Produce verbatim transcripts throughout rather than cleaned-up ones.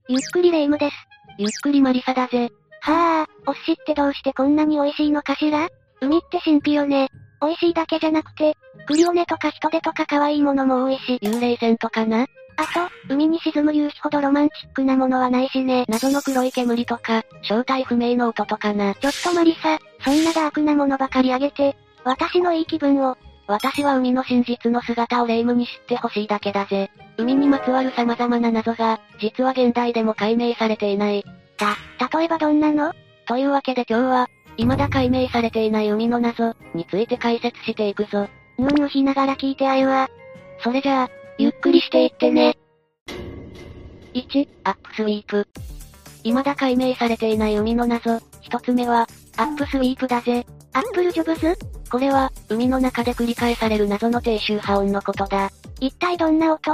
ゆっくりレ夢ムです。 ゆっくりマリサだぜ。 はぁ、お寿司ってどうしてこんなに美味しいのかしら？海って神秘よね。美味しいだけじゃなくて、クリオネとか人手とか可愛いものも多いし。 幽霊船とかな。 あと、海に沈む夕日ほどロマンチックなものはないしね。 謎の黒い煙とか、正体不明の音とかな。 ちょっとマリサ、そんなダークなものばかりあげて、私のいい気分を。 私は海の真実の姿をレ夢ムに知ってほしいだけだぜ。海にまつわる様々な謎が、実は現代でも解明されていない。 た、例えばどんなの？ というわけで今日は、未だ解明されていない海の謎、について解説していくぞ。 ぬんうひながら聞いてあゆわ。 それじゃあ、ゆっくりしていってね。いち、アップスウィープ。未だ解明されていない海の謎、一つ目は、アップスウィープだぜ。 アップルジョブズ？ これは、海の中で繰り返される謎の低周波音のことだ。 一体どんな音？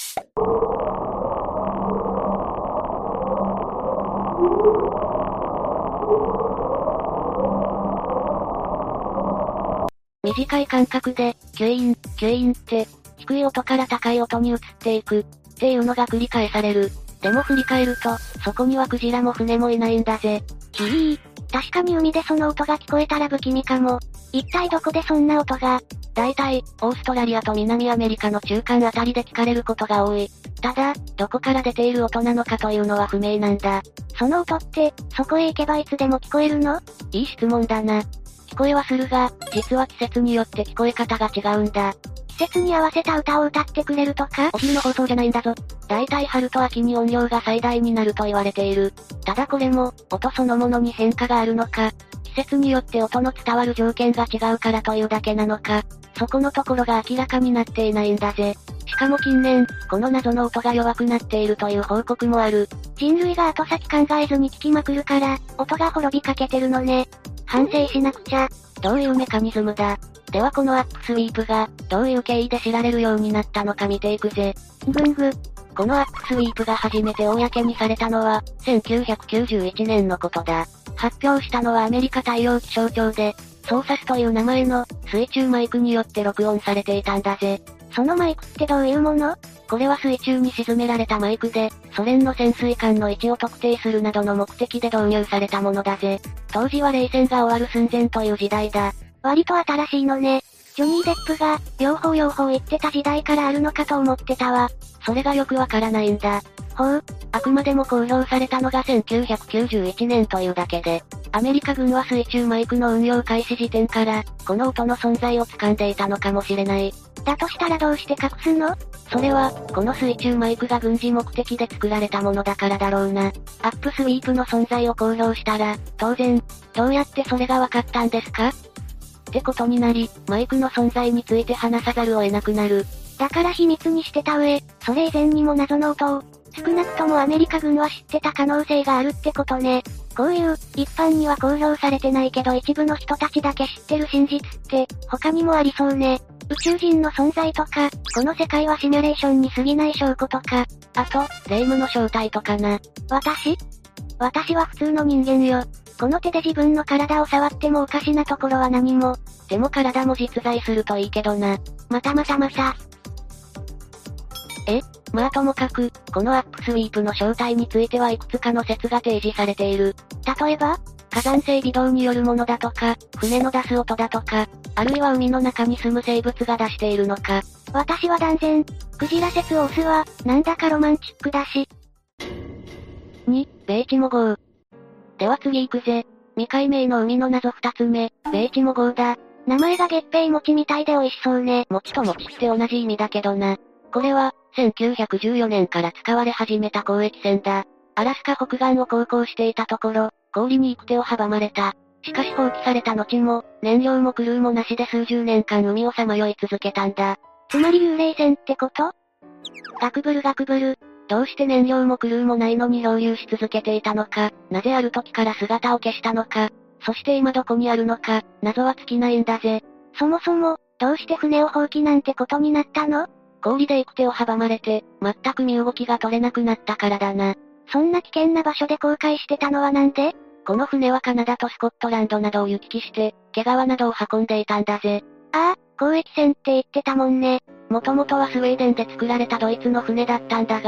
短い間隔で、キュイン、キュインって、低い音から高い音に移っていく、っていうのが繰り返される。でも振り返ると、そこにはクジラも船もいないんだぜ。 ひぃ、確かに海でその音が聞こえたら不気味かも。一体どこでそんな音が？ 大体、オーストラリアと南アメリカの中間あたりで聞かれることが多い。ただ、どこから出ている音なのかというのは不明なんだ。 その音って、そこへ行けばいつでも聞こえるの？ いい質問だな。聞こえはするが、実は季節によって聞こえ方が違うんだ。 季節に合わせた歌を歌ってくれるとか？ お昼の放送じゃないんだぞ。大体春と秋に音量が最大になると言われている。ただこれも、音そのものに変化があるのか、季節によって音の伝わる条件が違うからというだけなのか、そこのところが明らかになっていないんだぜ。しかも近年、この謎の音が弱くなっているという報告もある。 人類が後先考えずに聞きまくるから、音が滅びかけてるのね。反省しなくちゃ。 どういうメカニズムだ。ではこのアップスウィープが、どういう経緯で知られるようになったのか見ていくぜ。 ぐんぐ。 このアップスウィープが初めて公にされたのは、せんきゅうひゃくきゅうじゅういちねんのことだ。発表したのはアメリカ太陽気象庁で、ソーサスという名前の、水中マイクによって録音されていたんだぜ。 そのマイクってどういうもの？ これは水中に沈められたマイクで、ソ連の潜水艦の位置を特定するなどの目的で導入されたものだぜ。当時は冷戦が終わる寸前という時代だ。 割と新しいのね。ジョニー・デップが、両方両方言ってた時代からあるのかと思ってたわ。 それがよくわからないんだ。 ほう。 あくまでも公表されたのがせんきゅうひゃくきゅうじゅういちねんというだけで、アメリカ軍は水中マイクの運用開始時点から、この音の存在を掴んでいたのかもしれない。 だとしたらどうして隠すの？ それは、この水中マイクが軍事目的で作られたものだからだろうな。アップスウィープの存在を公表したら、当然、どうやってそれがわかったんですか？ってことになり、マイクの存在について話さざるを得なくなる。 だから秘密にしてた上、それ以前にも謎の音を、少なくともアメリカ軍は知ってた可能性があるってことね。こういう、一般には公表されてないけど一部の人たちだけ知ってる真実って、他にもありそうね。宇宙人の存在とか、この世界はシミュレーションに過ぎない証拠とか、 あと、霊夢の正体とかな。 私？私は普通の人間よ。この手で自分の体を触ってもおかしなところは何も。 でも体も実在するといいけどな。 またまたまた。 えまあともかく、このアップスウィープの正体についてはいくつかの説が提示されている。 例えば？ 火山性微動によるものだとか、船の出す音だとか、あるいは海の中に住む生物が出しているのか。 私は断然、クジラ説を押すわ。なんだかロマンチックだし。 に、ベイチモ号。では次行くぜ。未解明の海の謎二つ目、ベイチモ号だ。 名前が月餅餅みたいで美味しそうね。 餅と餅って同じ意味だけどな。これは、せんきゅうひゃくじゅうよねんから使われ始めた交易船だ。アラスカ北岸を航行していたところ、氷に行く手を阻まれた。しかし放棄された後も、燃料もクルーもなしで数十年間海をさまよい続けたんだ。 つまり幽霊船ってこと？ガクブルガクブル。 どうして燃料もクルーもないのに漂流し続けていたのか、なぜある時から姿を消したのか、そして今どこにあるのか、謎は尽きないんだぜ。 そもそも、どうして船を放棄なんてことになったの？ 氷で行く手を阻まれて、全く身動きが取れなくなったからだな。 そんな危険な場所で航海してたのはなんで？ この船はカナダとスコットランドなどを行き来して、毛皮などを運んでいたんだぜ。 ああ、交易船って言ってたもんね。 もともとはスウェーデンで作られたドイツの船だったんだが、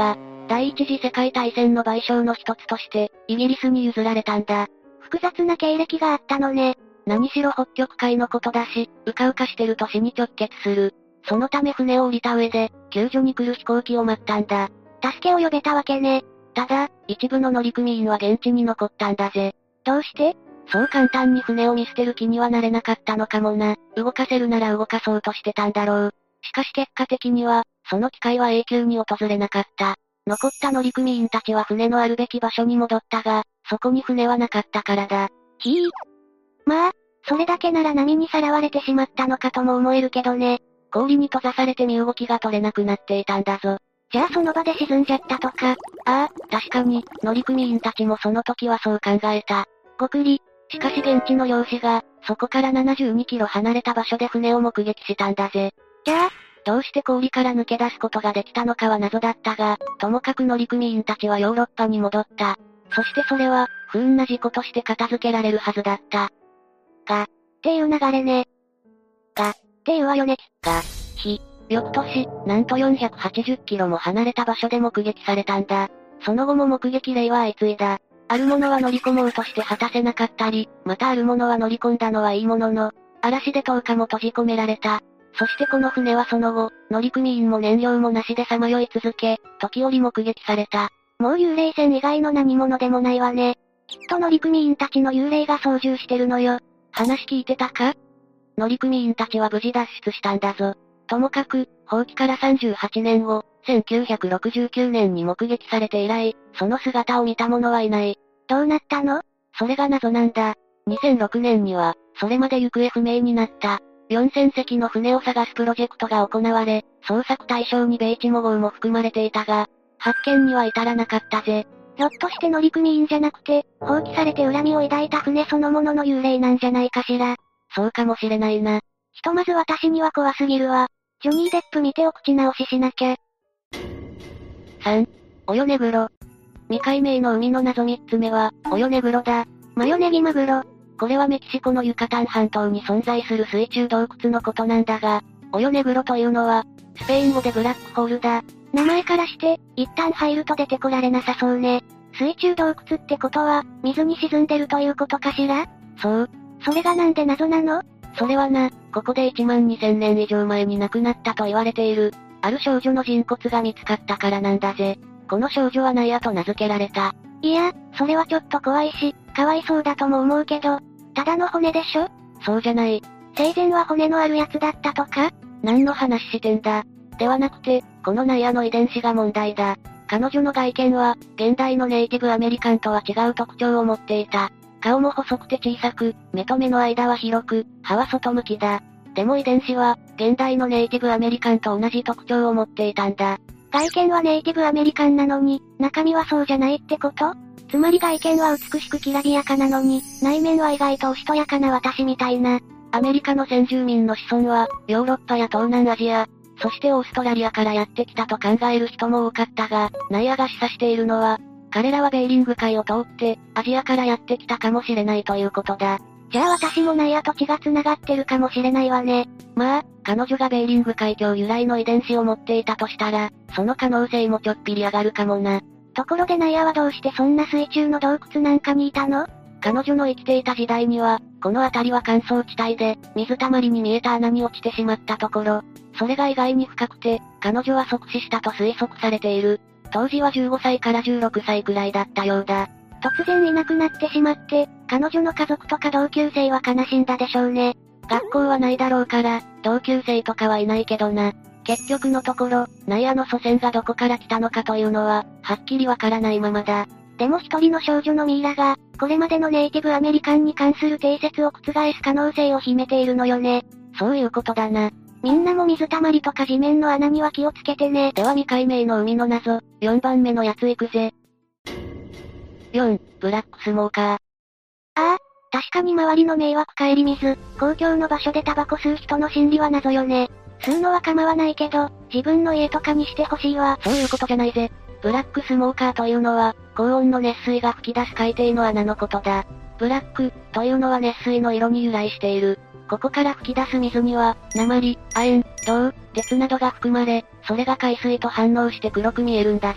第一次世界大戦の賠償の一つとして、イギリスに譲られたんだ。 複雑な経歴があったのね。 何しろ北極海のことだし、うかうかしてると死に直結する。そのため船を降りた上で、救助に来る飛行機を待ったんだ。 助けを呼べたわけね。 ただ、一部の乗組員は現地に残ったんだぜ。 どうして？ そう簡単に船を見捨てる気にはなれなかったのかもな。動かせるなら動かそうとしてたんだろう。しかし結果的には、その機会は永久に訪れなかった。残った乗組員たちは船のあるべき場所に戻ったが、そこに船はなかったからだ。 ひぃ。まあ、それだけなら波にさらわれてしまったのかとも思えるけどね。 氷に閉ざされて身動きが取れなくなっていたんだぞ。 じゃあその場で沈んじゃったとか。 ああ、確かに、乗組員たちもその時はそう考えた。 ごくり。 しかし現地の漁師が、そこからななじゅうにキロ離れた場所で船を目撃したんだぜ。 じゃあ、 どうして氷から抜け出すことができたのかは謎だったが、ともかく乗組員たちはヨーロッパに戻った。そしてそれは、不運な事故として片付けられるはずだった。 が、っていう流れね。が、っていうわよね。 が、ひ、翌年、なんとよんひゃくはちじゅっキロも離れた場所で目撃されたんだ。その後も目撃例は相次いだ。ある者は乗り込もうとして果たせなかったり、またある者は乗り込んだのはいいものの、嵐でとおかも閉じ込められた。そしてこの船はその後、乗組員も燃料もなしでさまよい続け、時折目撃された。 もう幽霊船以外の何者でもないわね。きっと乗組員たちの幽霊が操縦してるのよ。 話聞いてたか？乗組員たちは無事脱出したんだぞ。ともかく、放棄からさんじゅうはちねんご、せんきゅうひゃくろくじゅうきゅうねんに目撃されて以来、その姿を見た者はいない。 どうなったの？ それが謎なんだ。にせんろくねんには、それまで行方不明になった、よんせんせきの船を探すプロジェクトが行われ、捜索対象にベイチモ号も含まれていたが、発見には至らなかったぜ。 ひょっとして乗組員じゃなくて、放棄されて恨みを抱いた船そのものの幽霊なんじゃないかしら。 そうかもしれないな。 ひとまず私には怖すぎるわ。ジョニー・デップ見てお口直ししなきゃ。 さん. オヨネグロ。未解明の海の謎みっつめは、オヨネグロだ。 マヨネギマグロ。 これはメキシコのユカタン半島に存在する水中洞窟のことなんだが、オヨネグロというのは、スペイン語でブラックホールだ。 名前からして、一旦入ると出てこられなさそうね。水中洞窟ってことは、水に沈んでるということかしら？ そう。 それがなんで謎なの？ それはな、ここでいちまんにせんねん以上前に亡くなったと言われている、ある少女の人骨が見つかったからなんだぜ。この少女はナイアと名付けられた。 いや、それはちょっと怖いし、かわいそうだとも思うけど、ただの骨でしょ？ そうじゃない。 生前は骨のあるやつだったとか？ 何の話してんだ。ではなくて、このナイアの遺伝子が問題だ。彼女の外見は、現代のネイティブアメリカンとは違う特徴を持っていた。顔も細くて小さく、目と目の間は広く、歯は外向きだ。でも遺伝子は、現代のネイティブアメリカンと同じ特徴を持っていたんだ。 外見はネイティブアメリカンなのに、中身はそうじゃないってこと？つまり外見は美しくきらびやかなのに、内面は意外とおしとやかな私みたいな。 アメリカの先住民の子孫は、ヨーロッパや東南アジア、そしてオーストラリアからやってきたと考える人も多かったが、ナイアが示唆しているのは、彼らはベーリング海を通って、アジアからやってきたかもしれないということだ。 じゃあ私もナイアと血が繋がってるかもしれないわね。 まあ、彼女がベーリング海峡由来の遺伝子を持っていたとしたら、その可能性もちょっぴり上がるかもな。 ところでナイアはどうしてそんな水中の洞窟なんかにいたの？ 彼女の生きていた時代には、この辺りは乾燥地帯で、水たまりに見えた穴に落ちてしまったところ、それが意外に深くて、彼女は即死したと推測されている。当時はじゅうごさいからじゅうろくさいくらいだったようだ。 突然いなくなってしまって、彼女の家族とか同級生は悲しんだでしょうね。 学校はないだろうから、同級生とかはいないけどな。結局のところ、ナイアの祖先がどこから来たのかというのは、はっきりわからないままだ。 でも一人の少女のミイラが、これまでのネイティブアメリカンに関する定説を覆す可能性を秘めているのよね。 そういうことだな。 みんなも水たまりとか地面の穴には気をつけてね。 では未解明の海の謎、よんばんめのやついくぜ。よん、ブラックスモーカー。ああ、確かに周りの迷惑帰り水、公共の場所でタバコ吸う人の心理は謎よね。吸うのは構わないけど、自分の家とかにしてほしいわ。 そういうことじゃないぜ。ブラックスモーカーというのは、高温の熱水が吹き出す海底の穴のことだ。ブラック、というのは熱水の色に由来している。ここから吹き出す水には、鉛、亜鉛、銅、鉄などが含まれ、それが海水と反応して黒く見えるんだぜ。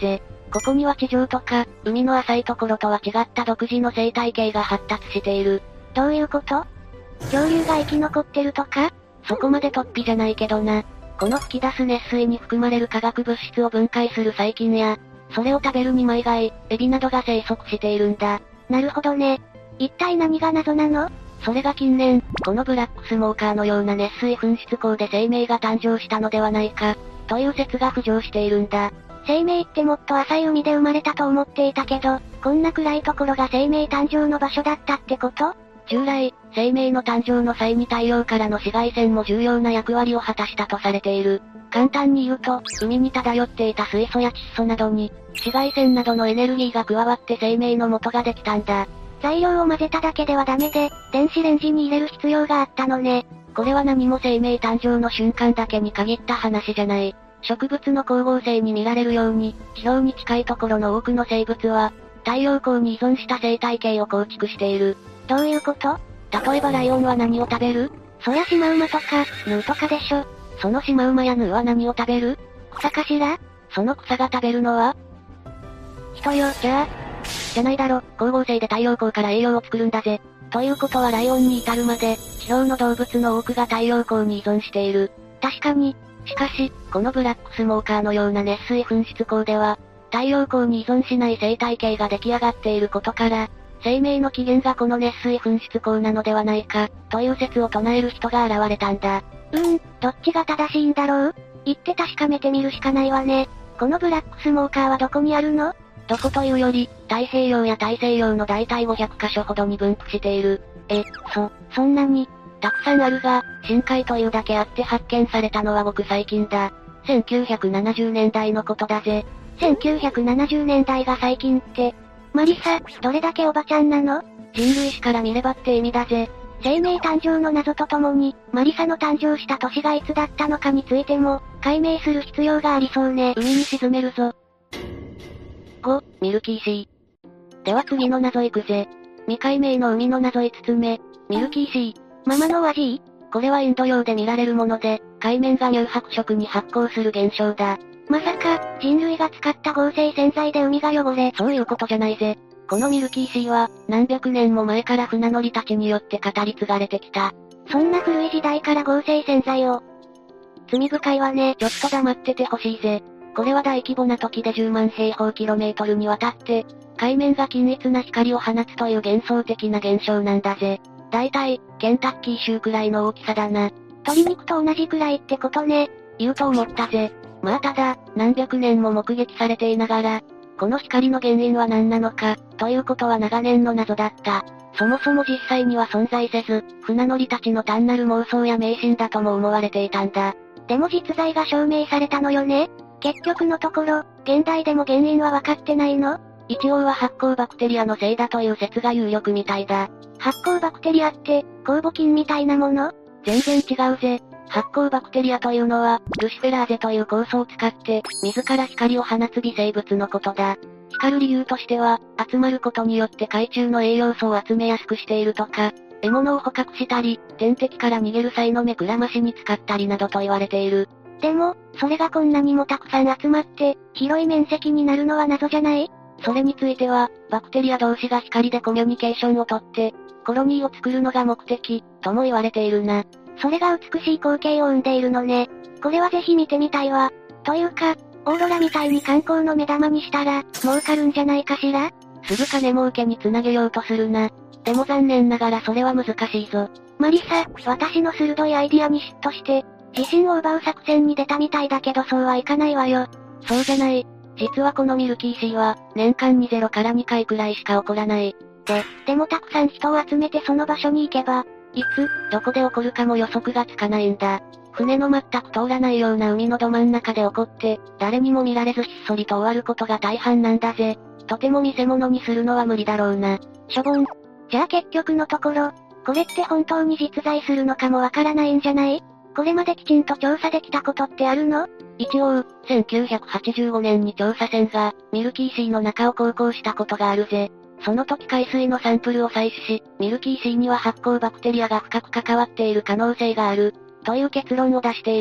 ここには地上とか、海の浅いところとは違った独自の生態系が発達している。 どういうこと？恐竜が生き残ってるとか？ そこまで突飛じゃないけどな。この吹き出す熱水に含まれる化学物質を分解する細菌や、それを食べる二枚貝、エビなどが生息しているんだ。 なるほどね。一体何が謎なの？ それが近年、このブラックスモーカーのような熱水噴出口で生命が誕生したのではないか、という説が浮上しているんだ。 生命ってもっと浅い海で生まれたと思っていたけど、こんな暗いところが生命誕生の場所だったってこと？ 従来、生命の誕生の際に太陽からの紫外線も重要な役割を果たしたとされている。簡単に言うと、海に漂っていた水素や窒素などに、紫外線などのエネルギーが加わって生命の元ができたんだ。 材料を混ぜただけではダメで、電子レンジに入れる必要があったのね。 これは何も生命誕生の瞬間だけに限った話じゃない。植物の光合成に見られるように、地表に近いところの多くの生物は、太陽光に依存した生態系を構築している。 どういうこと？ 例えばライオンは何を食べる？ そりゃシマウマとか、ヌーとかでしょ。 そのシマウマやヌーは何を食べる？ 草かしら？ その草が食べるのは？ 人よ。 じゃあ、じゃないだろ、光合成で太陽光から栄養を作るんだぜ。ということはライオンに至るまで、地表の動物の多くが太陽光に依存している。 確かに。 しかし、このブラックスモーカーのような熱水噴出口では、太陽光に依存しない生態系が出来上がっていることから、生命の起源がこの熱水噴出口なのではないか、という説を唱える人が現れたんだ。 うーん、どっちが正しいんだろう？行って確かめてみるしかないわね。このブラックスモーカーはどこにあるの？ どこというより、太平洋や大西洋の大体ごひゃくかしょほどに分布している。 え、そ、そんなに？ たくさんあるが、深海というだけあって発見されたのはごく最近だ。せんきゅうひゃくななじゅうねんだいのことだぜ。 せんきゅうひゃくななじゅうねんだいが最近って、マリサ、どれだけおばちゃんなの？ 人類史から見ればって意味だぜ。 生命誕生の謎とともに、マリサの誕生した年がいつだったのかについても、解明する必要がありそうね。 海に沈めるぞ。ご、ミルキーシー。では次の謎いくぜ。未解明の海の謎いつつめ、ミルキーシー。 ママのお味？ これはインド洋で見られるもので、海面が乳白色に発光する現象だ。 まさか、人類が使った合成洗剤で海が汚れ。 そういうことじゃないぜ。このミルキーシーは、何百年も前から船乗りたちによって語り継がれてきた。 そんな古い時代から合成洗剤を。罪深いわね。 ちょっと黙っててほしいぜ。これは大規模な時でじゅうまんへいほうキロメートルにわたって、海面が均一な光を放つという幻想的な現象なんだぜ。だいたい、ケンタッキー州くらいの大きさだな。 鶏肉と同じくらいってことね。 言うと思ったぜ。まあただ、何百年も目撃されていながら、この光の原因は何なのか、ということは長年の謎だった。そもそも実際には存在せず、船乗りたちの単なる妄想や迷信だとも思われていたんだ。 でも実在が証明されたのよね。結局のところ、現代でも原因は分かってないの？ 一応は発酵バクテリアのせいだという説が有力みたいだ。 発酵バクテリアって、酵母菌みたいなもの？ 全然違うぜ。発酵バクテリアというのは、ルシフェラーゼという酵素を使って、自ら光を放つ微生物のことだ。光る理由としては、集まることによって海中の栄養素を集めやすくしているとか、獲物を捕獲したり、天敵から逃げる際の目くらましに使ったりなどと言われている。 でも、それがこんなにもたくさん集まって、広い面積になるのは謎じゃない？ それについては、バクテリア同士が光でコミュニケーションをとって、コロニーを作るのが目的、とも言われているな。 それが美しい光景を生んでいるのね。これはぜひ見てみたいわ。というか、オーロラみたいに観光の目玉にしたら、儲かるんじゃないかしら？ すぐ金儲けにつなげようとするな。でも残念ながらそれは難しいぞ。 マリサ、私の鋭いアイディアに嫉妬して、自信を奪う作戦に出たみたいだけどそうはいかないわよ。 そうじゃない。実はこのミルキーシーは、年間にゼロからにかいくらいしか起こらない。 で、でもたくさん人を集めてその場所に行けば、 いつ、どこで起こるかも予測がつかないんだ。船の全く通らないような海のど真ん中で起こって、誰にも見られずひっそりと終わることが大半なんだぜ。とても見せ物にするのは無理だろうな。 しょぼん。じゃあ結局のところ、これって本当に実在するのかもわからないんじゃない？これまできちんと調査できたことってあるの？ 一応、せんきゅうひゃくはちじゅうごねんに調査船が、ミルキーシーの中を航行したことがあるぜ。その時海水のサンプルを採取し、ミルキーシーには発酵バクテリアが深く関わっている可能性がある、という結論を出している。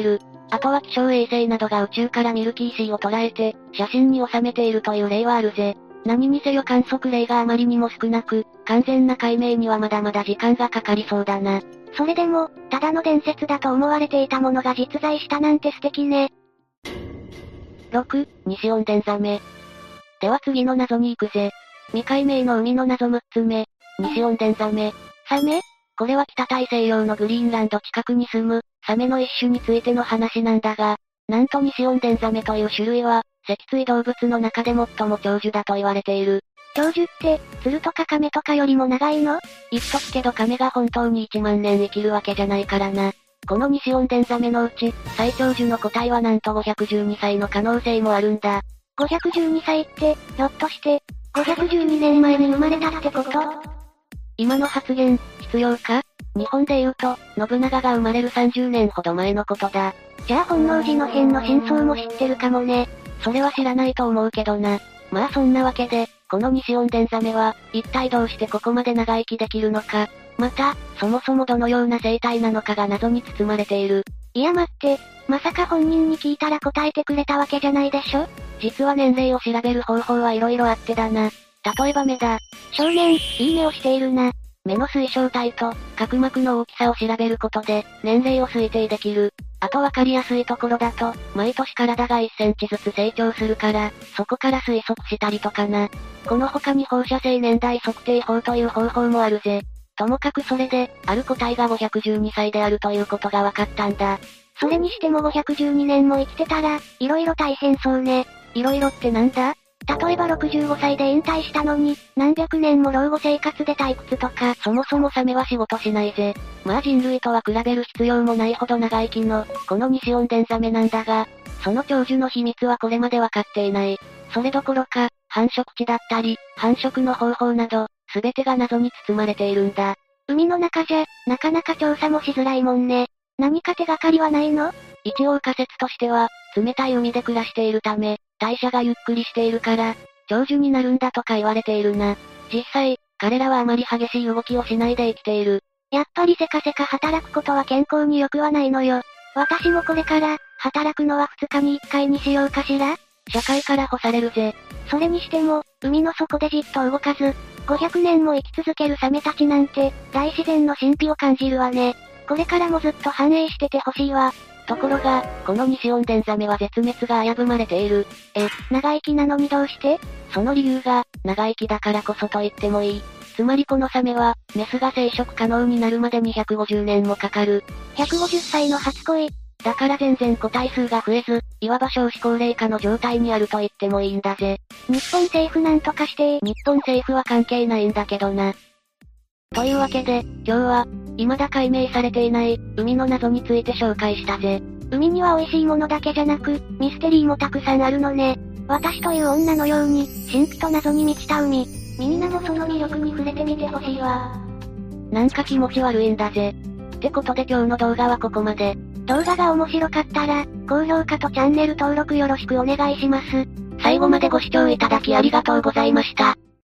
あとは気象衛星などが宇宙からミルキーシーを捉えて、写真に収めているという例はあるぜ。何にせよ観測例があまりにも少なく、完全な解明にはまだまだ時間がかかりそうだな。 それでも、ただの伝説だと思われていたものが実在したなんて素敵ね。 ろく、西オンデンザメ。では次の謎に行くぜ。未解明の海の謎むっつめ。西オンデンザメ。 サメ？ これは北大西洋のグリーンランド近くに住む、サメの一種についての話なんだが、なんと西オンデンザメという種類は、脊椎動物の中で最も長寿だと言われている。 長寿って、鶴とか亀とかよりも長いの？ 言っとくけど亀が本当にいちまんねん生きるわけじゃないからな。この西オンデンザメのうち、最長寿の個体はなんとごひゃくじゅうにさいの可能性もあるんだ。 ごひゃくじゅうにさいって、ひょっとして、ごひゃくじゅうにねんまえに生まれたってこと？ 今の発言、必要か？日本で言うと、信長が生まれるさんじゅうねんほど前のことだ。 じゃあ本能寺の変の真相も知ってるかもね。 それは知らないと思うけどな。まあそんなわけで、この西オンデンザメは、一体どうしてここまで長生きできるのか。また、そもそもどのような生態なのかが謎に包まれている。 いや待って、まさか本人に聞いたら答えてくれたわけじゃないでしょ？ 実は年齢を調べる方法はいろいろあってだな。例えば目だ。 少年、いい目をしているな。 目の水晶体と、角膜の大きさを調べることで、年齢を推定できる。あとわかりやすいところだと、毎年体がいっセンチずつ成長するから、そこから推測したりとかな。この他に放射性年代測定法という方法もあるぜ。ともかくそれで、ある個体がごひゃくじゅうにさいであるということが分かったんだ。 それにしてもごひゃくじゅうにねんも生きてたら、いろいろ大変そうね。 いろいろってなんだ？ 例えばろくじゅうごさいで引退したのに、何百年も老後生活で退屈とか。 そもそもサメは仕事しないぜ。まあ人類とは比べる必要もないほど長生きの、この西オンデンザメなんだが、その長寿の秘密はこれまで分かっていない。それどころか、繁殖地だったり、繁殖の方法など、すべてが謎に包まれているんだ。 海の中じゃ、なかなか調査もしづらいもんね。何か手がかりはないの？ 一応仮説としては、冷たい海で暮らしているため、代謝がゆっくりしているから、長寿になるんだとか言われているな。実際、彼らはあまり激しい動きをしないで生きている。 やっぱりせかせか働くことは健康に良くはないのよ。私もこれから、働くのはふつかにいっかいにしようかしら？ 社会から干されるぜ。 それにしても、海の底でじっと動かず、ごひゃくねんも生き続けるサメたちなんて、大自然の神秘を感じるわね。これからもずっと繁栄しててほしいわ。 ところが、この西オンデンザメは絶滅が危ぶまれている。 え、長生きなのにどうして？ その理由が、長生きだからこそと言ってもいい。つまりこのサメは、メスが生殖可能になるまでにひゃくごじゅうねんもかかる。 ひゃくごじゅっさいの初恋。 だから全然個体数が増えず、いわば少子高齢化の状態にあると言ってもいいんだぜ。 日本政府なんとかして。 日本政府は関係ないんだけどな。というわけで、今日は、未だ解明されていない、海の謎について紹介したぜ。 海には美味しいものだけじゃなく、ミステリーもたくさんあるのね。私という女のように、神秘と謎に満ちた海。みんなもその魅力に触れてみてほしいわ。 なんか気持ち悪いんだぜ。ってことで今日の動画はここまで。 動画が面白かったら、高評価とチャンネル登録よろしくお願いします。 最後までご視聴いただきありがとうございました。